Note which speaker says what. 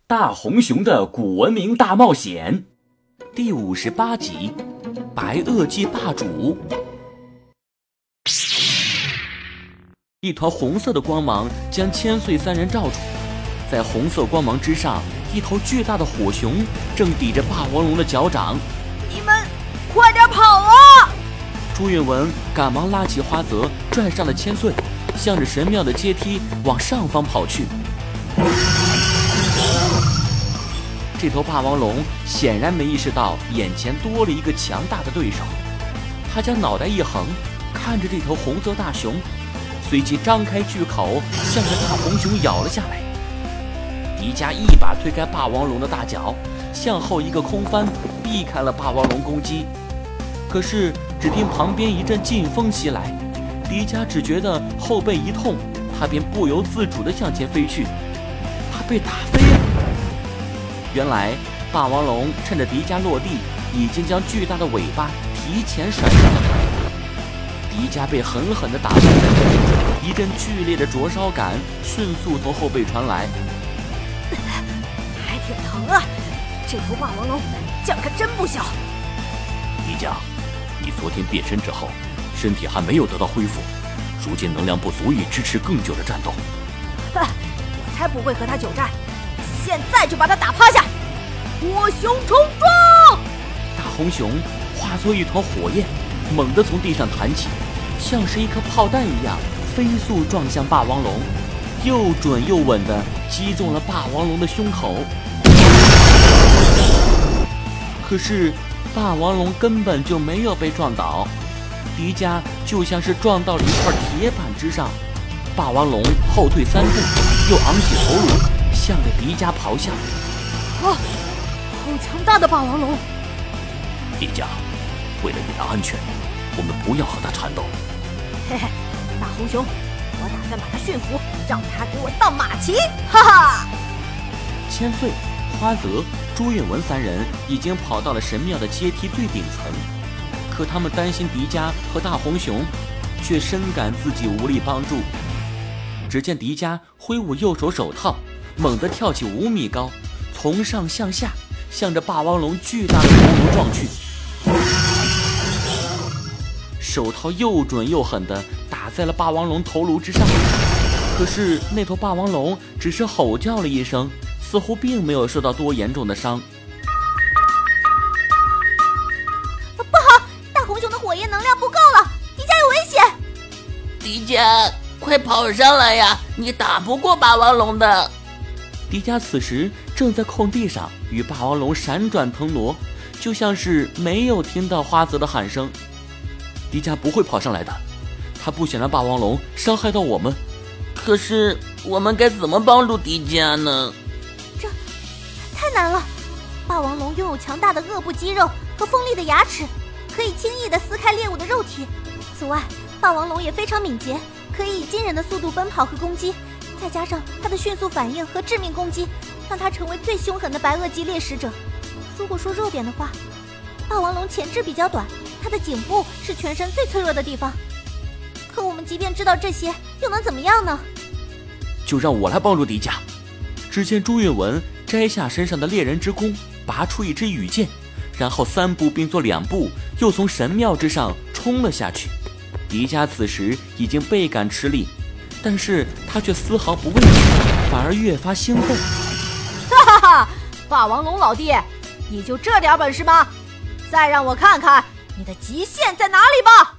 Speaker 1: 大红熊的古文明大冒险第58集，白垩纪霸主。一团红色的光芒将千岁三人罩住，在红色光芒之上，一头巨大的火熊正抵着霸王龙的脚掌。
Speaker 2: 你们快点跑啊！
Speaker 1: 朱允文赶忙拉起花泽，拽上了千岁，向着神庙的阶梯往上方跑去。这头霸王龙显然没意识到眼前多了一个强大的对手，他将脑袋一横，看着这头红色大熊，随即张开巨口向着大红熊咬了下来。迪迦一把推开霸王龙的大脚，向后一个空翻，避开了霸王龙攻击。可是只听旁边一阵劲风袭来，迪迦只觉得后背一痛，他便不由自主地向前飞去。他被打飞了。原来霸王龙趁着迪迦落地，已经将巨大的尾巴提前甩向了他。迪迦被狠狠地打翻在地，一阵剧烈的灼烧感迅速从后背传来。
Speaker 2: 还挺疼啊！这头霸王龙劲可真不小。
Speaker 1: 迪迦，你昨天变身之后，身体还没有得到恢复，如今能量不足以支持更久的战斗。
Speaker 2: 我才不会和他久战，现在就把他打趴下！火熊冲撞！
Speaker 1: 大红熊化作一团火焰，猛地从地上弹起，像是一颗炮弹一样飞速撞向霸王龙，又准又稳地击中了霸王龙的胸口。可是霸王龙根本就没有被撞倒，迪迦就像是撞到了一块铁板之上。霸王龙后退3步，又昂起头颅，向着迪迦咆哮。
Speaker 2: 好强大的霸王龙！
Speaker 1: 迪迦，为了你的安全，我们不要和他缠斗。
Speaker 2: 嘿嘿，大红熊，我打算把他驯服，让他给我当马骑！哈哈！
Speaker 1: 千岁、花泽、朱允文三人已经跑到了神庙的阶梯最顶层，可他们担心迪迦和大红熊，却深感自己无力帮助。只见迪迦挥舞右手手套，猛地跳起5米高，从上向下向着霸王龙巨大的头颅撞去。手套又准又狠地打在了霸王龙头颅之上，可是那头霸王龙只是吼叫了一声，似乎并没有受到多严重的伤。
Speaker 2: 不好，大红熊的火焰能量不够了，迪迦有危险！
Speaker 3: 迪迦，快跑上来呀！你打不过霸王龙的。
Speaker 1: 迪迦此时正在空地上与霸王龙闪转腾挪，就像是没有听到花泽的喊声。迪迦不会跑上来的，他不想让霸王龙伤害到我们。
Speaker 3: 可是我们该怎么帮助迪迦呢？
Speaker 2: 这太难了。霸王龙拥有强大的颚部肌肉和锋利的牙齿，可以轻易地撕开猎物的肉体。此外，霸王龙也非常敏捷，可以以惊人的速度奔跑和攻击，再加上它的迅速反应和致命攻击，让它成为最凶狠的白垩纪猎食者。如果说弱点的话，霸王龙前肢比较短，它的颈部是全身最脆弱的地方。可我们即便知道这些，又能怎么样呢？
Speaker 1: 就让我来帮助迪迦。只见朱允文摘下身上的猎人之弓，拔出一支羽箭，然后3步并作2步，又从神庙之上冲了下去。迪迦此时已经倍感吃力，但是他却丝毫不畏惧，反而越发兴奋。
Speaker 2: 哈哈哈！霸王龙老弟，你就这点本事吗？再让我看看你的极限在哪里吧！